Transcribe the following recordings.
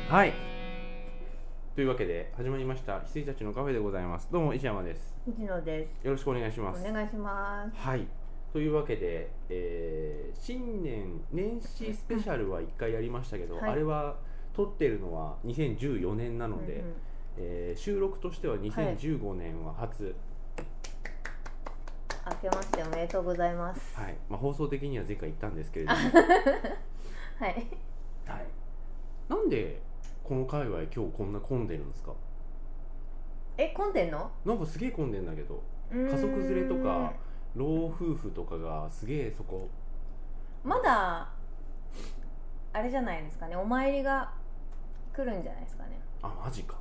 はい。というわけで始まりました羊たちのカフェでございます。どうも石山です。 藤野です。 よろしくお願いします。 お願いします。 はい。というわけで、新年年始スペシャルは1回やりましたけど、 はい、 あれは撮ってるのは2014年なので、収録としては2015年は初。 明けましておめでとうございます。 はい。放送的には前回言ったんですけれどもはい。 はい。なんでこの界隈今日こんな混んでるんですか？ 混んでんの？ なんかすげえ混んでんだけど、家族連れとか老夫婦とかがすげえそこまだあれじゃないですかね、お参りが来るんじゃないですかね。 マジか。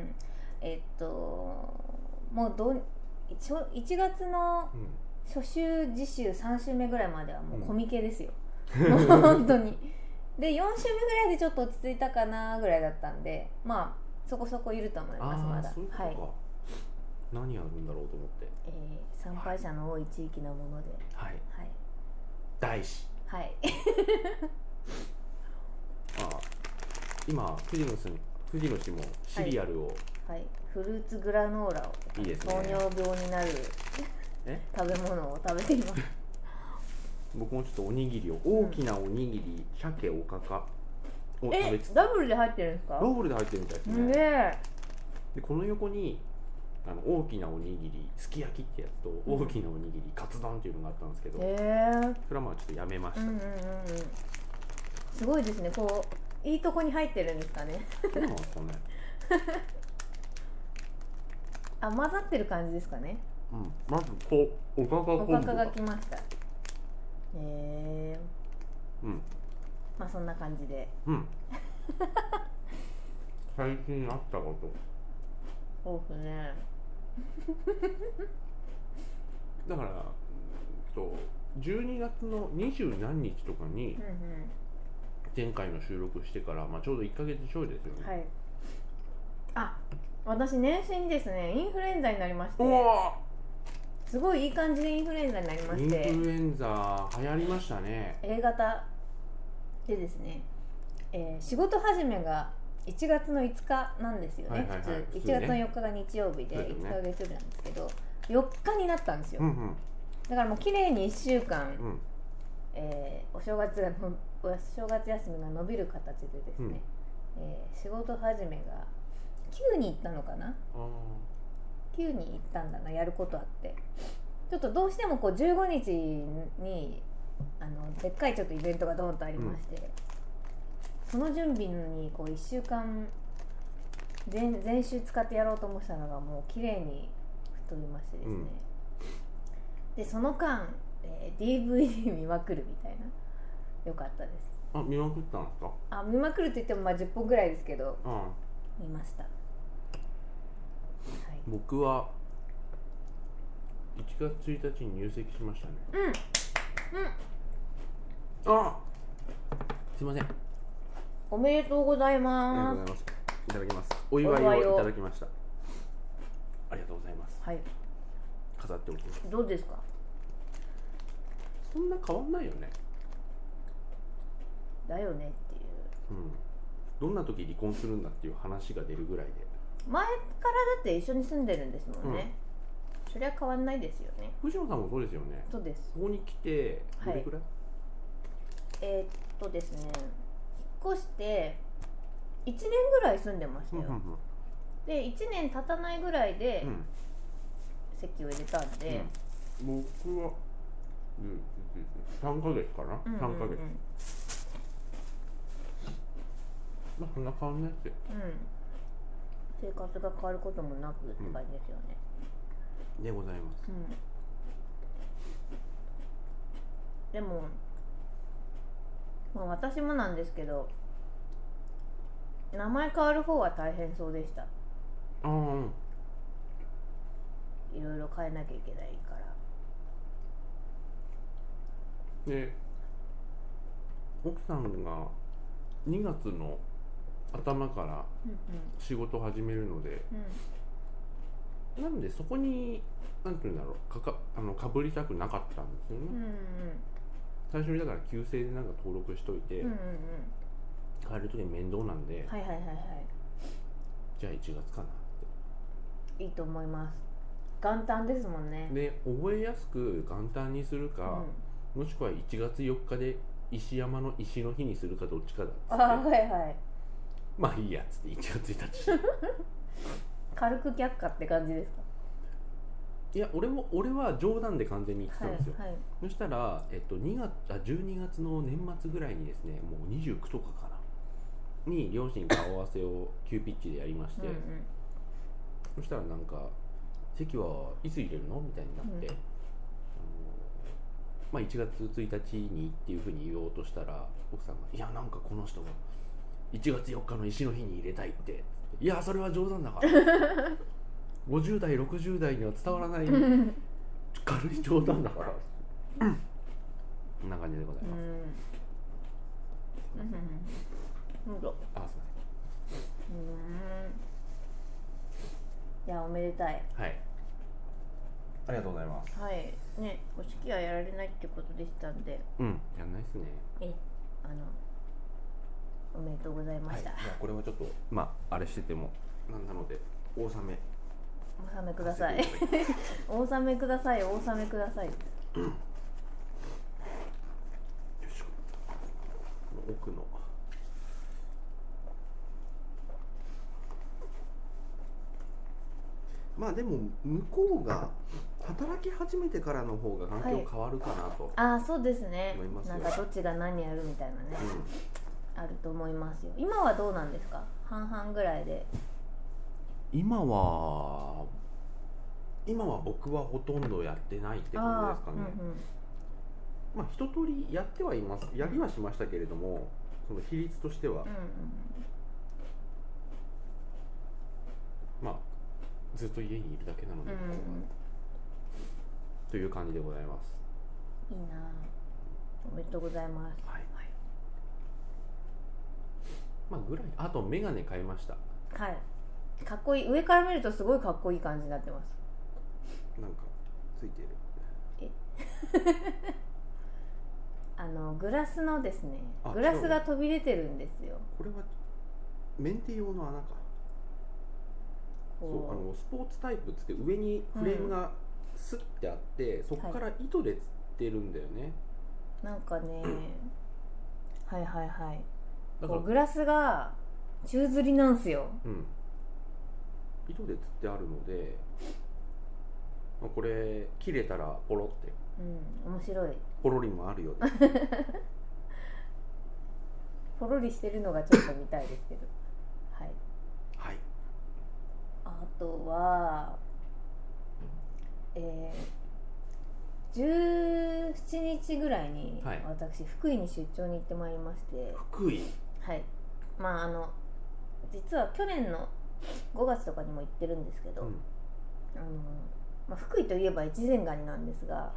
もう1月の初週次週3週目ぐらいまではもうコミケですよ、もう本当に。で4週目ぐらいでちょっと落ち着いたかなぐらいだったんで、そこそこいると思います。まだ。 そういうことか、はい、何やるんだろうと思って、 参拝者の多い地域なもので、 はい、はい、大師、はい今藤野氏もシリアルを、 はい、フルーツグラノーラを、いいですね、糖尿病になる食べ物を食べています僕もちょっとおにぎりを、大きなおにぎり、鮭おかかを食べつつ、 ダブルで入ってるんですか？ ダブルで入ってるみたいですね。でこの横に大きなおにぎりすき焼きってやつと、大きなおにぎりカツ丼っていうのがあったんですけど、それはちょっとやめました。 すごいですね。こういいとこに入ってるんですかね。 そうなんですかね。 混ざってる感じですかね。 まずこうおかかがきました。そんな感じで。 最近あったこと。 そうですね。 だから12月の20何日とかに前回の収録してから、ちょうど1ヶ月ちょいですよね。 はい。私年始にですね、インフルエンザになりまして。すごいいい感じでインフルエンザになりまして。 インフルエンザ流行りましたね。 A 型でですね、仕事始めが1月の5日なんですよね、普通。1月の4日が日曜日で、5日が月曜日なんですけど、4日になったんですよ。だからもう綺麗に1週間、お正月休みが伸びる形でですね、仕事始めが9に行ったのかな、9に行ったんだな、やることあって。ちょっとどうしてもこう15日にでっかいちょっとイベントがドーンとありまして、その準備にこう1週間前週使ってやろうと思ったのがもう綺麗に吹っ飛びましてですね、でその間、DVD 見まくるみたいな。よかったです。 見まくったんですか？ 見まくるって言っても10本ぐらいですけど、見ました。 僕は1月1日に入籍しましたね。すいません。 おめでとうございます。 ありがとうございます。いただきます。お祝いをいただきました。ありがとうございます。飾っておきます。 どうですか？ そんな変わんないよね。 だよねっていう。 どんな時離婚するんだっていう話が出るぐらいで。前からだって一緒に住んでるんですもんね。そりゃ変わんないですよね。 藤野さんもそうですよね。 そうです。 ここに来てどれくらい？ ですね、引っ越して1年ぐらい住んでましたよ。で1年経たないぐらいで籍を入れたんで、 僕は3ヶ月かな。3ヶ月。そんな変わんないですよ。生活が変わることもなくって感じですよね。 でございます。 でも、私もなんですけど、名前変わる方は大変そうでした。いろいろ変えなきゃいけないから。 で、奥さんが2月の頭から仕事を始めるので、なんでそこになんていうんだろう、かぶりたくなかったんですよね。最初にだから旧姓でなんか登録しといて、 帰る時に面倒なんで、 はいはいはいはい、 じゃあ1月かなっていいと思います。元旦ですもんね。 で覚えやすく元旦にするか、もしくは1月4日で石山の石の日にするかどっちかだっつって、 あはいはい、 まあいいやっつって1月1日軽く却下って感じですか？ いや俺は冗談で完全に言ってたんですよ、 はいはい、 そしたら、12月の年末ぐらいにですね、もう29とかかなに両親顔合わせを急ピッチでやりまして、うんうん、そしたらなんか席はいつ入れるのみたいになって、まあ、1月1日にっていうふうに言おうとしたら奥さんがいやなんかこの人が1月4日の石の日に入れたいっていやそれは冗談だから50代60代には伝わらない軽い冗談だからこんな感じでございます。 あ、すいません。いやおめでたい。 はい。ありがとうございます。 はいね、お式はやられないってことでしたんで。 うん、やんないですね。 おめでとうございました。 はい、これはちょっとまああれしててもなんなのでお納めください。お納めください。お納めください。よいしょ。奥の。まあでも向こうが働き始めてからの方が環境変わるかなと、はい、 ああそうですね。なんかどっちが何やるみたいなね、あると思いますよ。今はどうなんですか？半々ぐらいで。今は僕はほとんどやってないって感じですかね。まあ一通りやってはいます。やりはしましたけれども、その比率としては、まあずっと家にいるだけなので、という感じでございます。 いいな。おめでとうございます。はい。 まあぐらい。あとメガネ買いました。 はい。かっこいい。上から見るとすごいかっこいい感じになってます。 なんかついてる。 グラスのですね、グラスが飛び出てるんですよ。 これはメンテ用の穴か。そうスポーツタイプっつって上にフレームがスッてあって、そこから糸でつってるんだよね。 なんかね、はいはいはい。こうグラスが宙吊りなんすよ。 糸でつってあるので、これ切れたらポロって。 面白い。 ポロリもあるようです。 ポロリしてるのがちょっと見たいですけど。はい。 はい。 あとは、17日ぐらいに、私福井に出張に行ってまいりまして。 福井。 はい。まあ実は去年の5月とかにも行ってるんですけど、福井といえば越前ガニなんですが、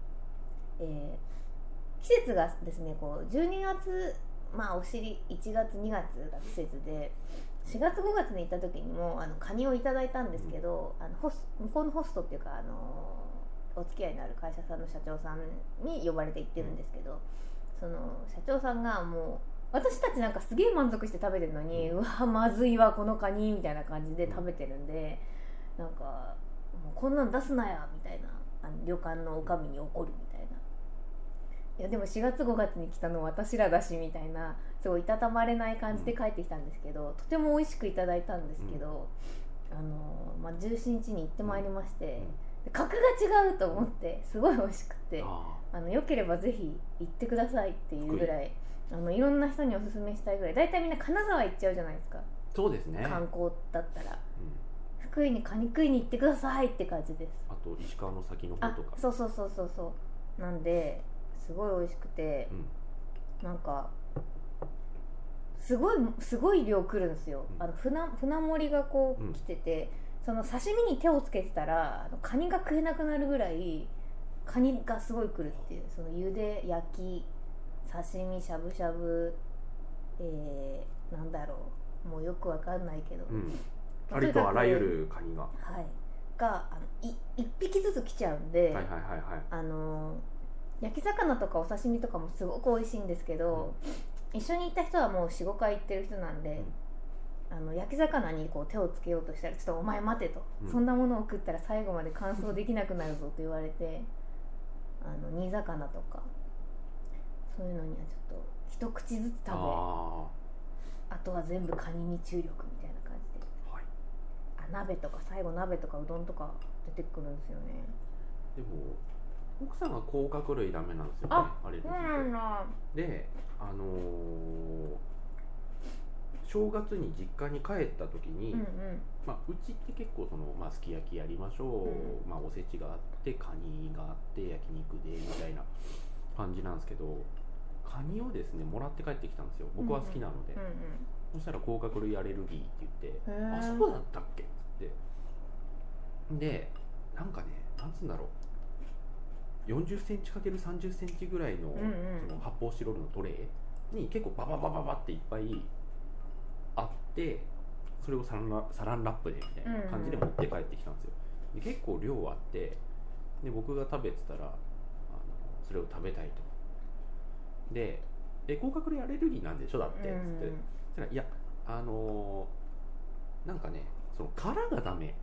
季節がですね、こう12月、お尻1月2月が季節で、4月5月に行った時にもカニをいただいたんですけど、向こうのホストっていうかお付き合いのある会社さんの社長さんに呼ばれて行ってるんですけど、その社長さんがもう私たちなんかすげえ満足して食べてるのに、うわまずいわこのカニみたいな感じで食べてるんで、なんかもうこんなの出すなやみたいな、旅館のおかみに怒るみたいな、いやでも4月5月に来たの私らだしみたいな、すごいいたたまれない感じで帰ってきたんですけど、とても美味しくいただいたんですけど、17日に行ってまいりまして、格が違うと思ってすごい美味しくて、よければぜひ行ってくださいっていうぐらい、いろんな人におすすめしたいぐらい。だいたいみんな金沢行っちゃうじゃないですか。 そうですね。 観光だったら、福井にカニ食いに行ってくださいって感じです。 あと石川の先の方とか。 そうなんですごい美味しくて、なんかすごい量来るんですよ。船盛りがこう来てて、その刺身に手をつけてたらカニが食えなくなるぐらいカニがすごい来るっていう、その茹で焼き刺身しゃぶしゃぶ、なんだろう、もうよくわかんないけど、 ありとあらゆるカニが、 が1匹ずつ来ちゃうんで、焼き魚とかお刺身とかもすごく美味しいんですけど、 一緒に行った人はもう 4,5 回行ってる人なんで、焼き魚にこう手をつけようとしたらちょっとお前待てと、そんなものを食ったら最後まで完走できなくなるぞと言われて煮魚とかそういうのにはちょっと一口ずつ食べ、あとは全部カニに注力みたいな感じで、はい、鍋とか最後鍋とかうどんとか出てくるんですよね。 でも奥さんが甲殻類ダメなんですよね。あれで正月に実家に帰った時に、うちって結構すき焼きやりましょう、おせちがあってカニがあって焼肉でみたいな感じなんですけど、カニをですねもらって帰ってきたんですよ。僕は好きなので、そしたら甲殻類アレルギーって言ってあ、そうだったっけっつってでなんかね、なんつうんだろう、40センチ ×30 センチぐらいの、その発泡スチロールのトレーに結構バババババっていっぱいあって、それをサランラップでみたいな感じで持って帰ってきたんですよ。で結構量あって、で僕が食べてたらそれを食べたいと。で甲殻類アレルギーなんでしょだってつって、いやなんかね、その殻がダメ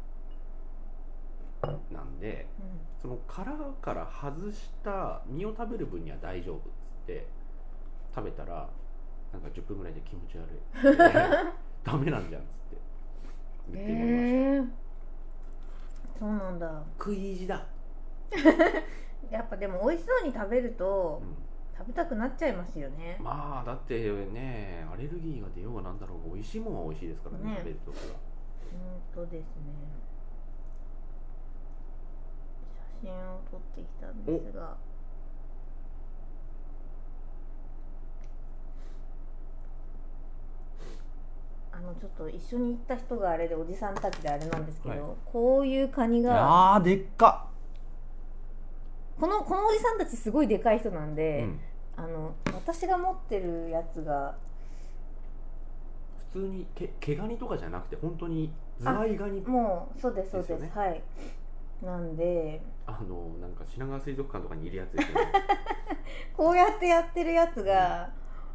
なんで、その殻から外した身を食べる分には大丈夫っつって食べたら、なんか10分ぐらいで気持ち悪いダメなんじゃんっつって言ってもらいました。 そうなんだ。 食い意地だやっぱでも美味しそうに食べると、食べたくなっちゃいますよね。 まあだってね、アレルギーが出ようがなんだろうが美味しいもんは美味しいですからね、食べるときは。 本当ですね。写真を撮ってきたんですが、ちょっと一緒に行った人があれでおじさんたちであれなんですけど、こういうカニがでっかこのおじさんたちすごいでかい人なんで、私が持ってるやつが普通に毛ガニとかじゃなくて本当にズワイガニ、 もうそうですそうです、はい。なんでなんか品川水族館とかにいるやつですよねこうやってやってるやつが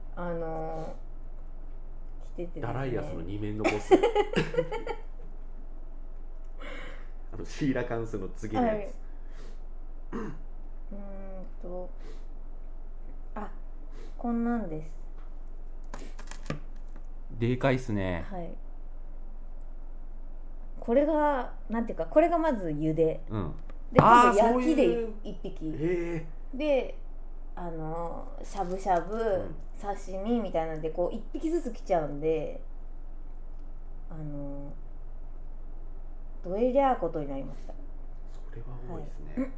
来ててですね、 ダライアスの2面のボスシーラカンスの次のやつ、 こんなんです。 でかいっすね。 はい。これがなんていうか、これがまず茹で、で今度焼きで1匹でしゃぶしゃぶ、刺身みたいなのでこう1匹ずつ来ちゃうんで、どえりゃーことになりました。 それは多いですね、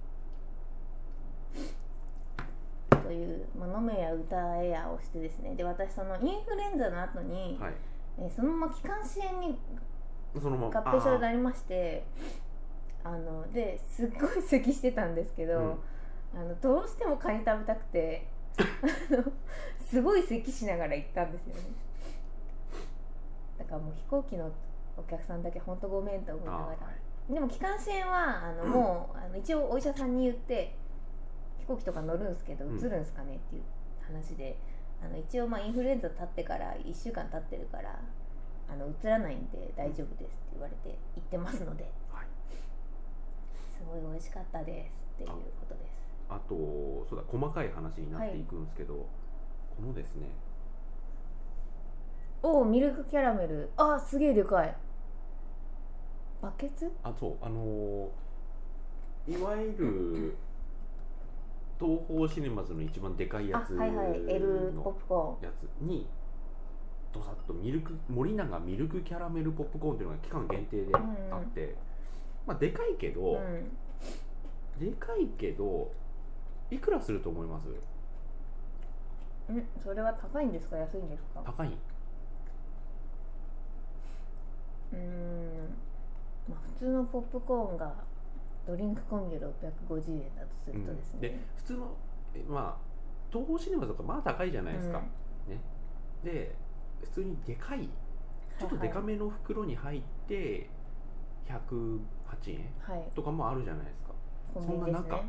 という飲めや歌えやをしてですね、で私そのインフルエンザの後に、そのまま気管支炎に合併症になりまして、ですっごい咳してたんですけど、どうしてもカニ食べたくてすごい咳しながら行ったんですよね。だからもう飛行機のお客さんだけ本当ごめんと思いながら、でも気管支炎はもう一応お医者さんに言って、飛行機とか乗るんですけどうつるんですかねっていう話で、一応インフルエンザ経ってから1週間経ってるからうつらないんで大丈夫ですって言われて行ってますので、すごい美味しかったですっていうことです。 あとそうだ、細かい話になっていくんですけど、このですね、 ミルクキャラメル、すげえでかいバケツ、 いわゆる東宝シネマズの一番でかいやつの L ポップコーンやつにどさっと森永ミルクキャラメルポップコーンっていうのが期間限定であって、でかいけど、いくらすると思います？ それは高いんですか安いんですか？ 高い。 普通のポップコーンがドリンク込みで650円だとするとですね、 で普通の東宝シネマズとか高いじゃないですか、ね。で普通にでかいちょっとでかめの袋に入って108円とかもあるじゃないですか、そんな中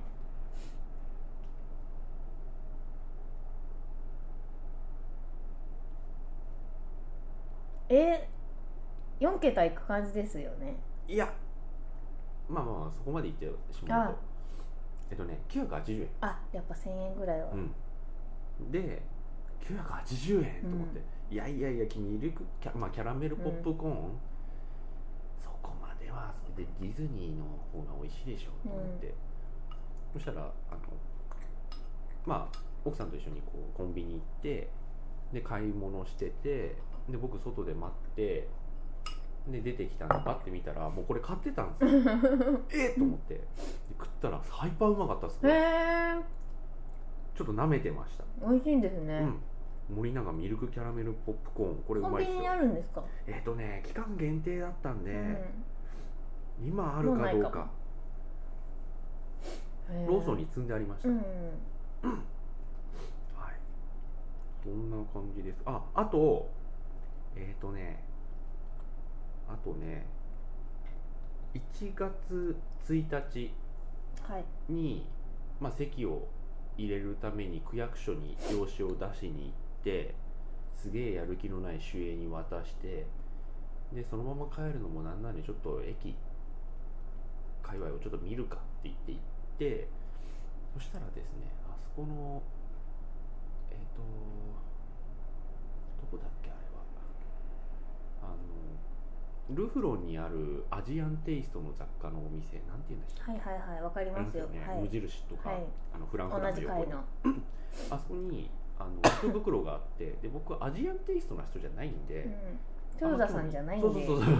4桁いく感じですよね。 いやまあそこまでいってしまうと980円。 あ、やっぱ1000円ぐらいは、 で980円と思って、いや君ミルクキャラメルポップコーン、そこまではでディズニーの方が美味しいでしょと思って、そしたら奥さんと一緒にこうコンビニ行ってで買い物してて、で僕外で待ってで出てきたんでパッて見たらもうこれ買ってたんですよと思ってで食ったらハイパーうまかったっすね。ちょっと舐めてました。 美味しいんですね。 森永ミルクキャラメルポップコーン、これうまいですよ。 コンビニにあるんですか？ 期間限定だったんで、今あるかどうか。ローソンに積んでありました。はい、そんな感じです。あと1月1日に、籍を入れるために区役所に用紙を出しに行って、すげえやる気のない守衛に渡して、でそのまま帰るのもなんなんでちょっと駅界隈をちょっと見るかって言って行って、そしたらですね、あそこのどこだっけあれは、ルフロンにあるアジアンテイストの雑貨のお店、なんていうんでしたっけ？ はいわかりますよね。 無印とか、フランフランの横にあそこに福袋があってで僕アジアンテイストな人じゃないんで、 豊田さんじゃないんで、 そう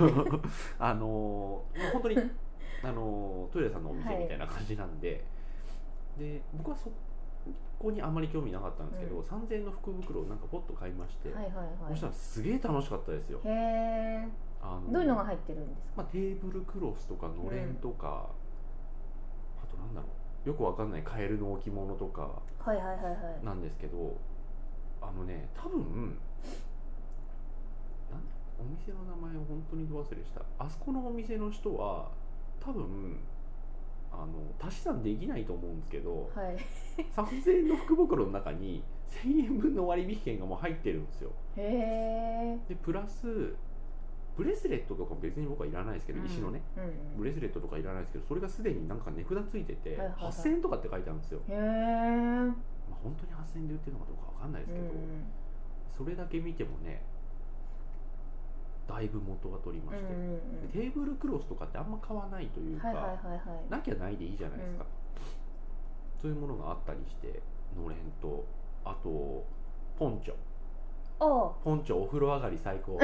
本当に豊田さんのお店みたいな感じなんで、で僕はそこにあまり興味なかったんですけど、3000円の福袋をなんかポッと買いまして、そしたらすげえ楽しかったですよ。 へえ。どういうのが入ってるんですか？ テーブルクロスとかのれんとか、あとなんだろう、よくわかんないカエルの置物とかなんですけど、多分お店の名前を本当にど忘れした。あそこのお店の人は多分足し算できないと思うんですけど、3000円の福袋の中に1000円分の割引券がもう入ってるんですよ。でプラスブレスレットとか別に僕はいらないですけど、石のね、ブレスレットとかいらないですけど、それがすでになんか値札ついてて、8000円とかって書いてあるんですよ。本当に8000円で売ってるのかどうかわかんないですけど、それだけ見てもねだいぶ元が取りまして、テーブルクロスとかってあんま買わないというか、なきゃないでいいじゃないですか、そういうものがあったりして、のれんと、あとポンチョお風呂上がり最高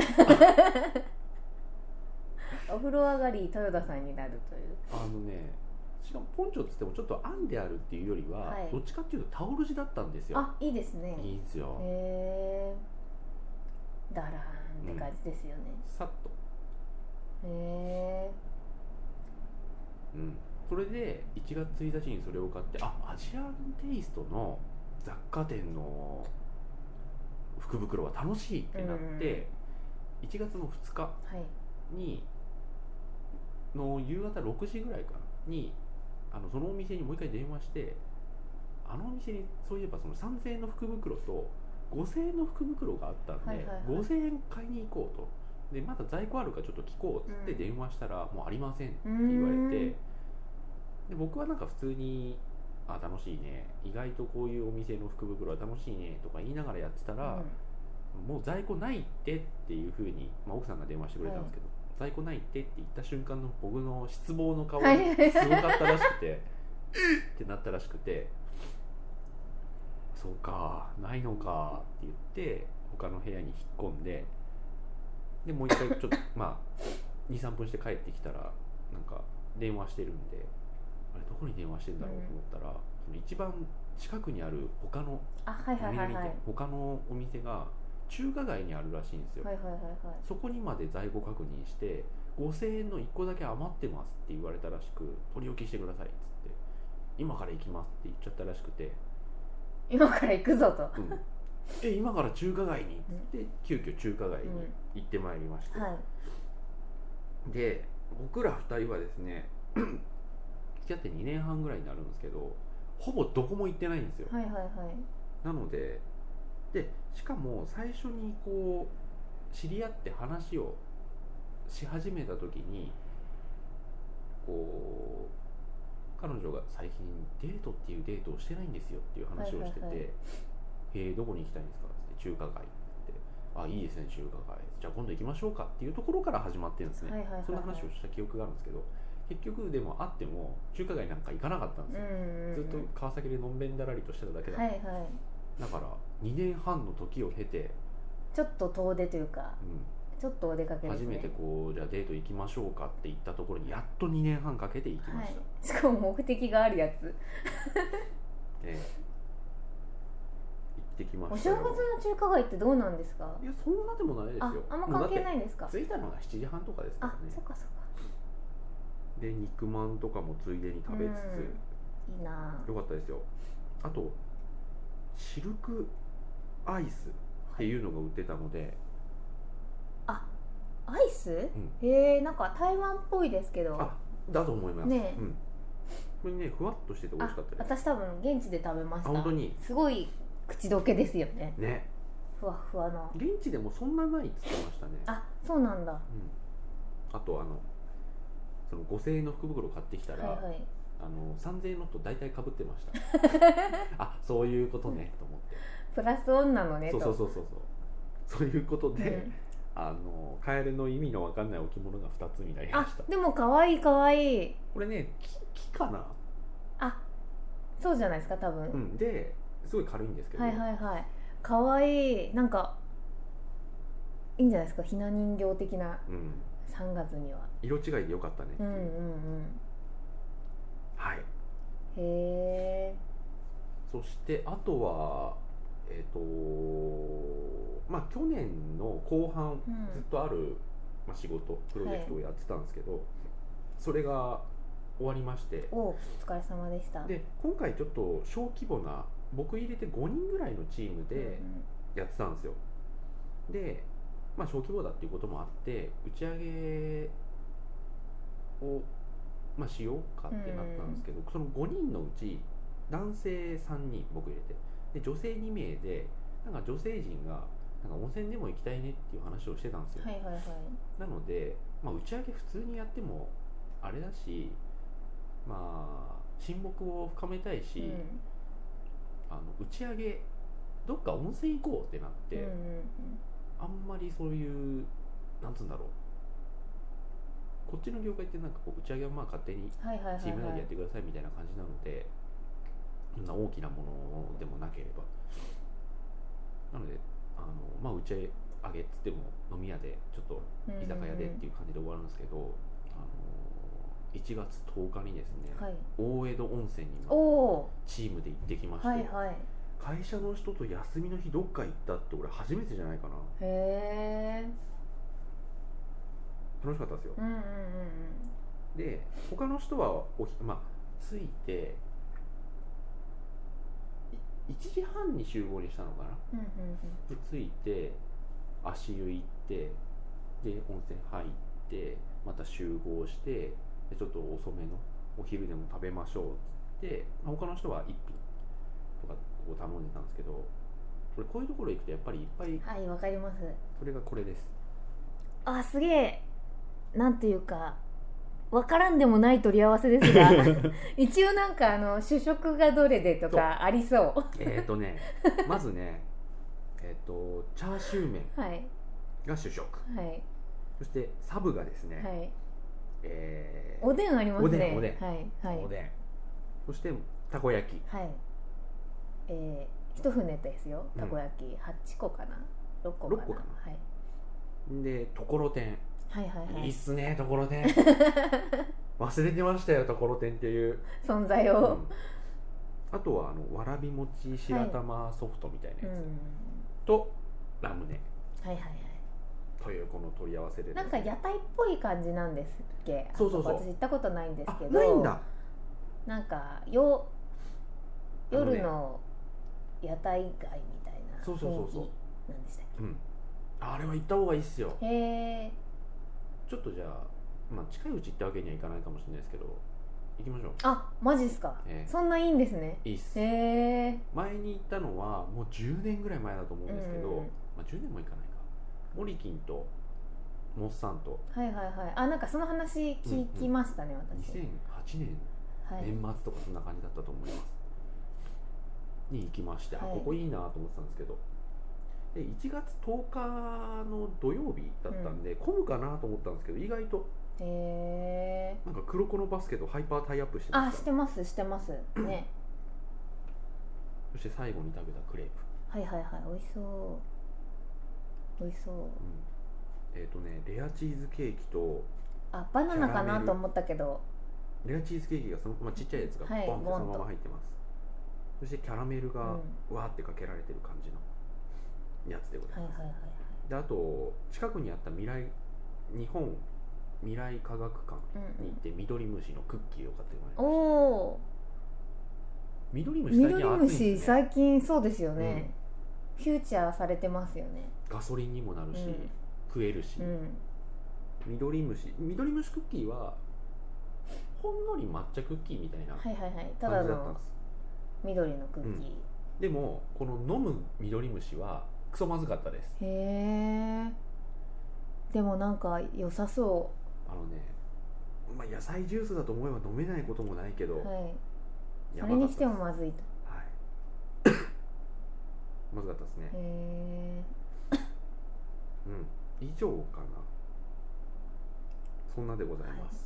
お風呂上がり豊田さんになるというしかもポンチョって言ってもちょっと編んであるっていうよりは、どっちかっていうとタオル地だったんですよ。 いいですね。 いいんですよ。 ダラーンって感じですよね、 さっと。それで1月1日にそれを買って、アジアンテイストの雑貨店の福袋は楽しいってなって、1月の2日に、の夕方6時ぐらいかなにそのお店にもう一回電話して、お店にそういえばその3000円の福袋と5000円の福袋があったんで、5000円買いに行こうと。でまだ在庫あるかちょっと聞こうっつって電話したら、もうありませんって言われて、で僕はなんか普通に楽しいね、意外とこういうお店の福袋は楽しいねとか言いながらやってたら、もう在庫ないってっていう風に、奥さんが電話してくれたんですけど、在庫ないって言った瞬間の僕の失望の顔がすごかったらしくてってなったらしくて、そうかないのかって言って他の部屋に引っ込んで、でもう一回ちょっと2、3分して帰ってきたらなんか電話してるんで、あれどこに電話してんだろうと思ったら、その一番近くにある他の他のお店が中華街にあるらしいんですよ。そこにまで在庫確認して5000円の1個だけ余ってますって言われたらしく、取り置きしてくださいっつって今から行きますって言っちゃったらしくて、 今から行くぞと、 今から中華街にっつって急遽中華街に行ってまいりまして、で僕ら2人はですね付き合って2年半ぐらいになるんですけど、ほぼどこも行ってないんですよ。なのでしかも最初にこう知り合って話をし始めた時にこう彼女が最近デートっていうデートをしてないんですよっていう話をしてて、 はいはいはい、 どこに行きたいんですかって中華街って、いいですね中華街、じゃあ今度行きましょうかっていうところから始まってるんですね、 はいはいはいはい、 そんな話をした記憶があるんですけど、結局でも会っても中華街なんか行かなかったんですよ、ずっと川崎でのんべんだらりとしてただけだった、 はいはい、 だから2年半の時を経てちょっと遠出というか、ちょっとお出かけですね、 初めてこうじゃあデート行きましょうかって言ったところにやっと2年半かけて行きました、 はい、しかも目的があるやつ行ってきましたよ。 お正月の中華街ってどうなんですか？ いやそんなでもないですよ。 あんま関係ないんですか？ 着いたのが7時半とかですからね。 そっかそっか。 で肉まんとかもついでに食べつつ、 いいな。 よかったですよ。あとシルクアイスっていうのが売ってたので、 アイス？へえ、なんか台湾っぽいですけど。 だと思いますね。 これねふわっとしてて美味しかったです。 私多分現地で食べました。 本当にすごい口どけですよね。 ね。 ふわふわの。 現地でもそんなないっつってましたね。 そうなんだ。 あとその5000円の福袋買ってきたら、3000円のと大体被ってましたそういうことねと思って、 プラスオンなのねと。 そういうことで、カエルの意味の分かんない置物が2つになりました。 でもかわいいかわいい。 これね木かな、 そうじゃないですか多分、 ですごい軽いんですけど、 かわいい。なんかいいんじゃないですか、ひな人形的な、3月には色違いでよかったねっていう、はい。 へえ。 そしてあとは去年の後半、ずっとある、仕事プロジェクトをやってたんですけど、それが終わりまして、 お疲れ様でした。 で今回ちょっと小規模な、僕入れて5人ぐらいのチームでやってたんですよ。で小規模だっていうこともあって打ち上げを、しようかってなったんですけど、その5人のうち男性3人僕入れて、で女性2名で、なんか女性陣がなんか温泉でも行きたいねっていう話をしてたんですよ。なので、打ち上げ普通にやってもあれだし、親睦を深めたいし、打ち上げどっか温泉行こうってなって、あんまりそういうなんつうんだろう、こっちの業界ってなんかこう打ち上げは勝手にチーム内でやってくださいみたいな感じなので、そんな大きなものでもなければ、なので打ち上げっつっても飲み屋でちょっと居酒屋でっていう感じで終わるんですけど、1月10日にですね、大江戸温泉にチームで行ってきまして、会社の人と休みの日どっか行ったって俺初めてじゃないかな。 へえ。 楽しかったですよ。で他の人は着いて1時半に集合にしたのかな、で着いて足湯行って、で温泉入ってまた集合して、でちょっと遅めのお昼でも食べましょうって言って、他の人は1品とかこう頼んでたんですけど、これこういうところ行くとやっぱりいっぱい、 わかります。 それがこれです。 すげえ、なんていうか分からんでもない取り合わせですが一応なんか主食がどれでとかありそう。 まずねチャーシュー麺が主食、そしてサブがですね、 おでんありますね。 おでん、そしてたこ焼き、 一船ですよ。たこ焼き8個かな6個かな、 でところてん、いいっすねところてん忘れてましたよところてんっていう存在を、 あとはわらび餅白玉ソフトみたいなやつ、とラムネ、というこの取り合わせで、 なんか屋台っぽい感じなんですっけ。 そう私行ったことないんですけど。 ないんだ。 なんか夜の屋台街みたいな雰囲気なんでしたっけ。 あれは行った方がいいっすよ。 へえ。 ちょっとじゃあ、近いうち行ったわけにはいかないかもしれないですけど、行きましょう。 マジっすか。そんないいんですね。 いいっす。 前に行ったのはもう10年ぐらい前だと思うんですけど、10年も行かないかモリキンとモッサンと、 はいはいはい、あ、なんかその話聞きましたね、私。 2008年、はい、年末とかそんな感じだったと思います、に行きまして、はい、ここいいなと思ってたんですけど、で1月10日の土曜日だったんで、混むかなと思ったんですけど、意外となんか黒子のバスケとハイパータイアップしてました。 あ、してますねそして最後に食べたクレープ、 はいはいはい、美味しそう、 レアチーズケーキと、 あ、バナナかなと思ったけど、 レアチーズケーキがちっちゃいやつがボンってそのまま入ってます、そしてキャラメルがわーってかけられてる感じのやつでございます、であと近くにあった日本未来科学館に行って緑虫のクッキーを買ってもらいました。お緑虫最近そうですよね、フューチャーされてますよね。 ガソリンにもなるし、食えるし、緑虫クッキーはほんのり抹茶クッキーみたいな感じだったんです、 緑のクッキー、 でもこの飲む緑虫はクソまずかったです。 へえ。でもなんか良さそう。 野菜ジュースだと思えば飲めないこともないけど、 それにしてもまずいと。 まずかったですね。以上かな。そんなでございます。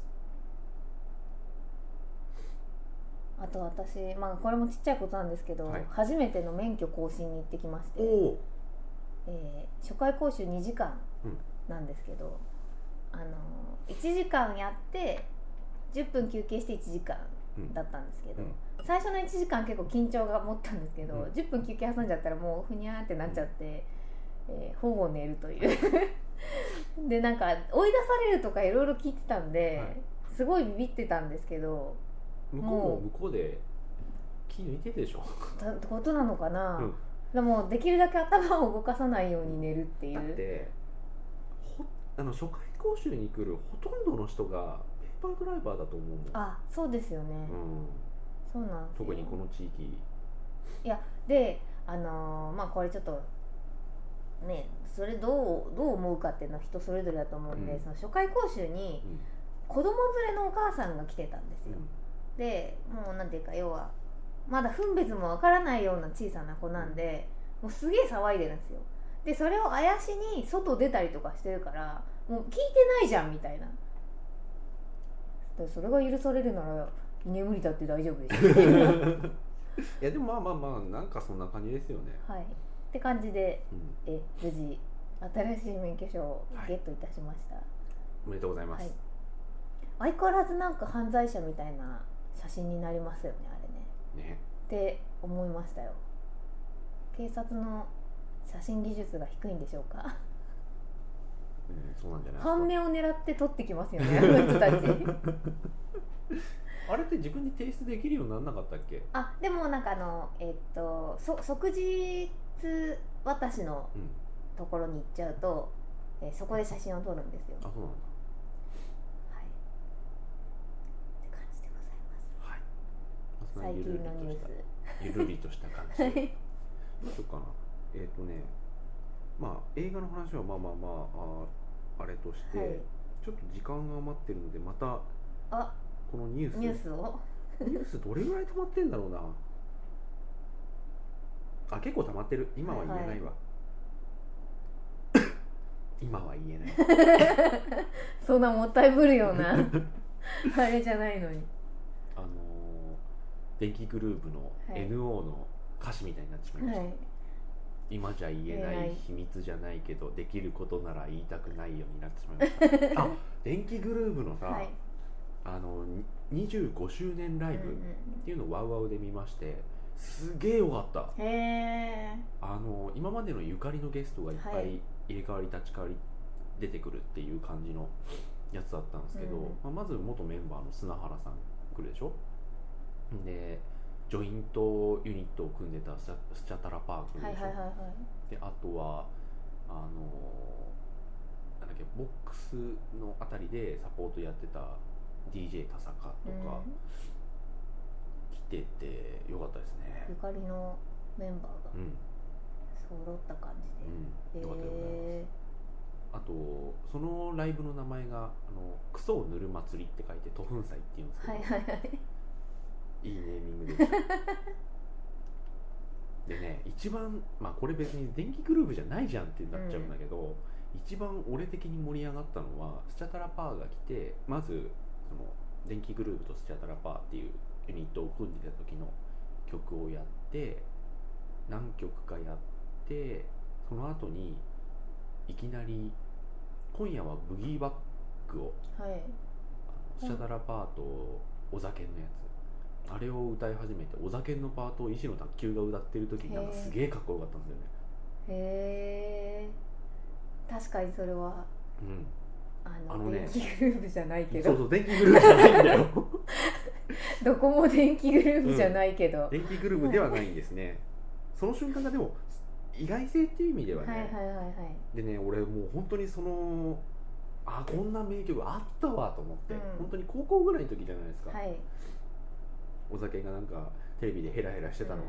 あと私、これもちっちゃいことなんですけど、初めての免許更新に行ってきまして、初回講習2時間なんですけど、1時間やって10分休憩して1時間だったんですけど、最初の1時間結構緊張が持ったんですけど、10分休憩挟んじゃったらもうふにゃーってなっちゃって、ほぼ寝るというで、なんか追い出されるとかいろいろ聞いてたんで、すごいビビってたんですけど、 向こうで気抜いてるでしょってことなのかな、でもできるだけ頭を動かさないように寝るっていう。だって初回講習に来るほとんどの人がペーパードライバーだと思うもん。 あ、そうですよね、そうなんですよ。 特にこの地域。いやでこれちょっとね、それどう思うかっていうのは人それぞれだと思うんで、その初回講習に子供連れのお母さんが来てたんですよ、でもうなんていうか、要はまだ分別もわからないような小さな子なんで、もうすげえ騒いでるんですよ。でそれをあやしに外出たりとかしてるから、もう聞いてないじゃんみたいな。それが許されるなら居眠りだって大丈夫でしょいやでもなんかそんな感じですよね。 はいって感じで、無事新しい免許証をゲットいたしました、 おめでとうございます、 相変わらずなんか犯罪者みたいな写真になりますよね、あれねって思いましたよ。警察の写真技術が低いんでしょうか。 そうなんじゃないですか。 判明を狙って撮ってきますよね、あの人たちあれって自分に提出できるようにならなかったっけ？ あ、でもなんか即日渡しのところに行っちゃうと、そこで写真を撮るんですよ。 あ、そうなんだ。 はい。って感じでございます。最近のニュース。 ゆるりとした感じ。どうしようかな。映画の話はあれとして、ちょっと時間が余ってるので、またこのニュースニュースどれぐらい溜まってんだろうな。あ、結構溜まってる。今は言えないわ、今は言えないそんなもったいぶるようなあれじゃないのに。 電気グループの NO の歌詞みたいになってしまいました、今じゃ言えない秘密じゃないけど、できることなら言いたくないようになってしまいましたあ、電気グループのさ、25周年ライブっていうのをワウワウで見まして、すげえよかった。今までのゆかりのゲストがいっぱい入れ替わり立ち替わり出てくるっていう感じのやつだったんですけど、まず元メンバーの砂原さん来るでしょ。でジョイントユニットを組んでたスチャタラパークでしょ、であとはなんだっけ、ボックスのあたりでサポートやってた DJ 田坂とか来ててよかったですね。 ゆかりのメンバーが揃った感じで、 よかったよね。 あとそのライブの名前がクソを塗る祭りって書いて塗粉祭っていうんですけど、 はいはいはい、 いいネーミングでしたでね、一番まあこれ別に電気グルーヴじゃないじゃんってなっちゃうんだけど、一番俺的に盛り上がったのはスチャタラパーが来て、まずその電気グルーヴとスチャタラパーっていうユニットを組んでた時の曲をやって、何曲かやって、その後にいきなり今夜はブギーバックを、 はい、 スチャタラパーとお酒のやつ、あれを歌い始めて、お酒のパートを石野卓球が歌ってる時になんかすげえかっこよかったんですよね。 へー、確かにそれは、 ね、 電気グルーヴじゃないけど、 そうそう、電気グルーヴじゃないんだよどこも電気グルーヴじゃないけど、 電気グルーヴではないんですねその瞬間がでも意外性っていう意味ではね、 はいはいはいはい、 でね、俺もう本当にこんな名曲あったわと思って、本当に高校ぐらいの時じゃないですか、 はい、 お酒がなんかテレビでヘラヘラしてたのは、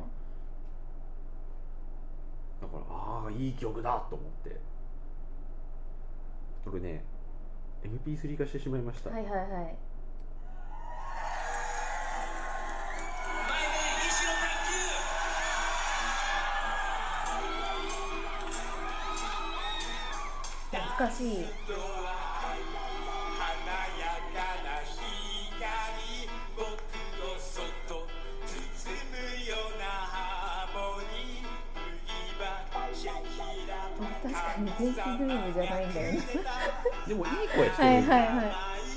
だからいい曲だと思って、これね MP3 化してしまいました。 はいはいはい、懐かしい。確かに電気グルーヴじゃないんだよねでもいい声してる。 はいはいはい、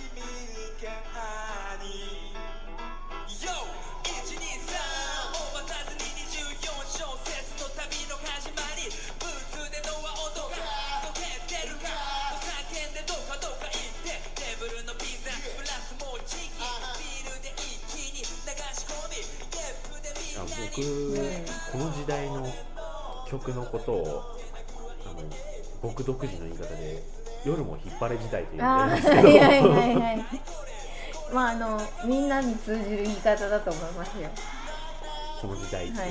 僕、この時代の曲のことを僕独自の言い方で夜も引っ張れ時代と呼んでるんですけど、 はいはいはいはい、まあみんなに通じる言い方だと思いますよ、 この時代って、はい、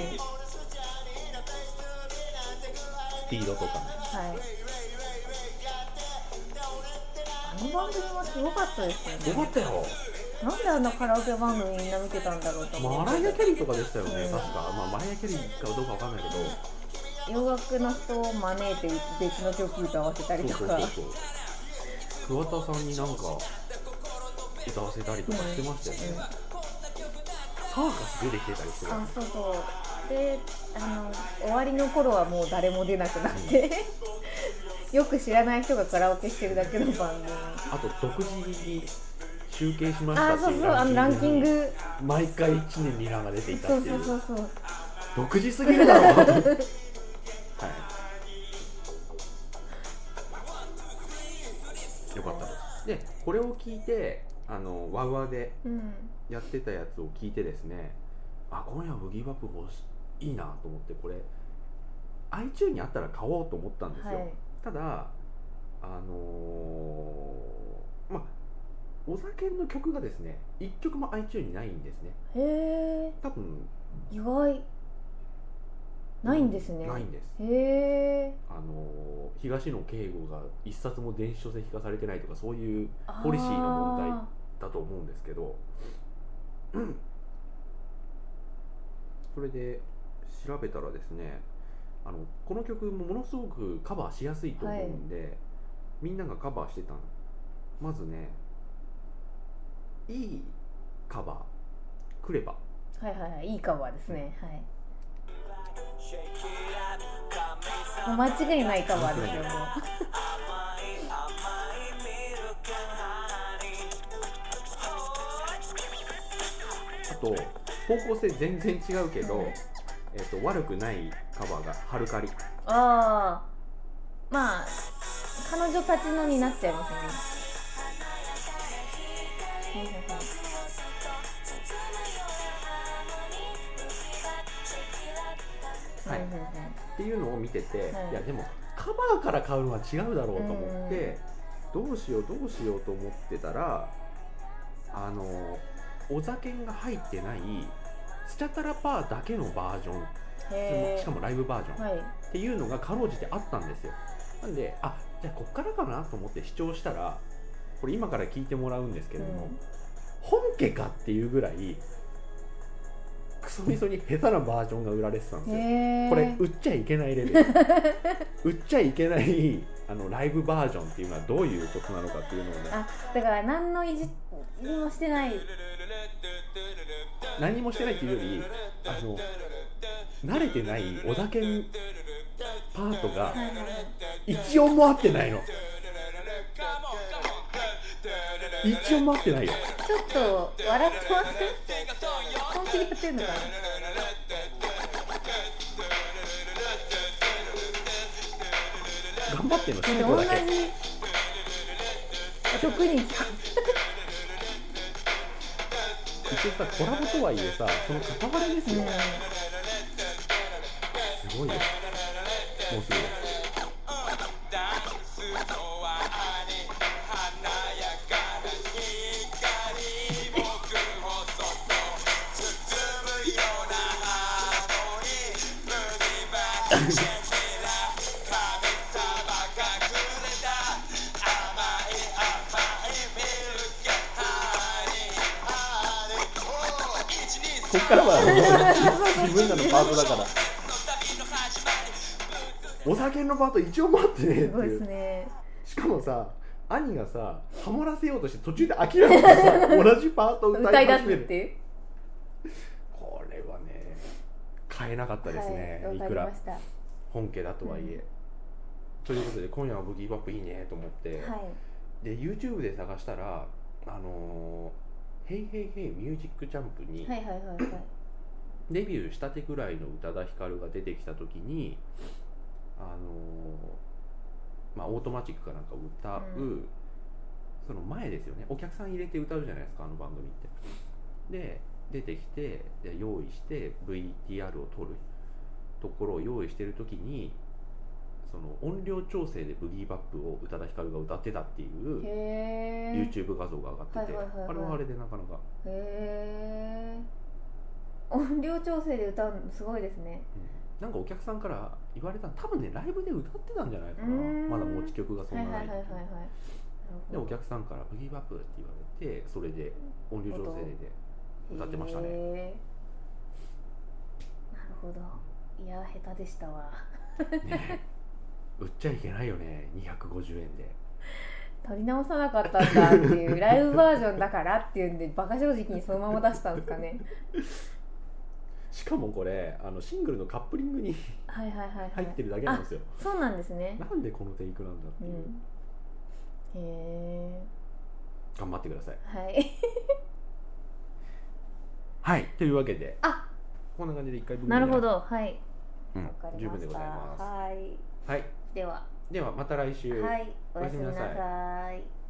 スピードとかね、 はい、あの番組はすごかったですよね。 すごかったよ。 なんであんなカラオケ番組みんな見てたんだろうと思って。 マライア・キャリーとかでしたよね、確か。マライア・キャリーかどうかわかんないけど、 洋楽の人を招いて別の曲歌わせたりとか、 桑田さんになんか歌わせたりとかしてましたよね、サーカス出てきてたりしてた。 そうそうで、終わりの頃はもう誰も出なくなって、よく知らない人がカラオケしてるだけの番組。あと独自に集計しましたっていうランキング毎回1年2覧が出ていたっていう。 そう独自すぎるだろはい、よかったです。でこれを聞いてワウワウでやってたやつを聞いてですね、今夜ブギーバップいいなと思って、これ iTunes にあったら買おうと思ったんですよ、はい、ただお酒の曲がですね1曲も iTunes にないんですね。 へえ、 多分意外ないんですね。 ないんです。 へえ。 東野圭吾が一冊も電子書籍化されてないとか、そういうポリシーの問題だと思うんですけど、それで調べたらですね、この曲もものすごくカバーしやすいと思うんで、はい、みんながカバーしてたの。まずね、いいカバー、クレバ。 はいはいはい、いいカバーですね。はい。もう間違いないカバーですよ。もうあと方向性全然違うけど、悪くないカバーがハルカリ。 まあ彼女たちのになっちゃいますね。 はい、っていうのを見てて、いやでもカバーから買うのは違うだろうと思って、どうしようと思ってたら、お酒が入ってないスチャタラパーだけのバージョン、しかもライブバージョンっていうのがかろうじてあったんですよ。なんでじゃあこっからかなと思って視聴したら、これ今から聞いてもらうんですけれども、本家かっていうぐらいクソみそに下手なバージョンが売られてたんですよ。これ売っちゃいけないレベル売っちゃいけないライブバージョンっていうのはどういうことなのかっていうのをね、 だから何のいじりもしてない、 何もしてないっていうより慣れてない小田健パートが一音も合ってないの。一音も合ってないよ。 ちょっと笑ってます？本気でやってんのかな。 頑張ってんの、シンコだけ。 同じ曲に聞こ一応さ、コラボとはいえさ、その塊ですよ、すごいよ。もうすぐです。こっからは自分らのパートだから。お酒のパート一応待ってねえっていう。すごいですね。しかもさ、兄がさハモらせようとして途中で諦めてさ同じパートを歌い始めるっていう。これはね買えなかったですね、いくら本家だとはいえ、ということで今夜はブギーバップいいねと思って、で YouTube で探したらヘイヘイヘイミュージックジャンプにデビューしたてくらいの宇多田ヒカルが出てきた時にオートマチックかなんか歌う、その前ですよね。お客さん入れて歌うじゃないですか、あの番組って。で出てきて用意して VTR を撮るところを用意してる時に、その音量調整でブギーバップを宇多田ヒカルが歌ってたっていう YouTube 画像が上がってて、あれはあれでなかなか音量調整で歌うのすごいですね。 なんかお客さんから言われた、多分ねライブで歌ってたんじゃないかな。まだ持ち曲がそんなない。でお客さんからブギーバップって言われて、それで音量調整で歌ってましたね。 なるほど。いや下手でしたわね、売っちゃいけないよね、250円で。 取り直さなかったんだっていうライブバージョンだからっていうんでバカ正直にそのまま出したんですかね。 しかもこれシングルのカップリングに入ってるだけなんですよ。 そうなんですね。 なんでこのテイクなんだっていう、頑張ってください。はい、というわけでこんな感じで1回分なるほど、はい、 十分でございます。 はい、 はい、 ではまた来週。 はい、おやすみなさい。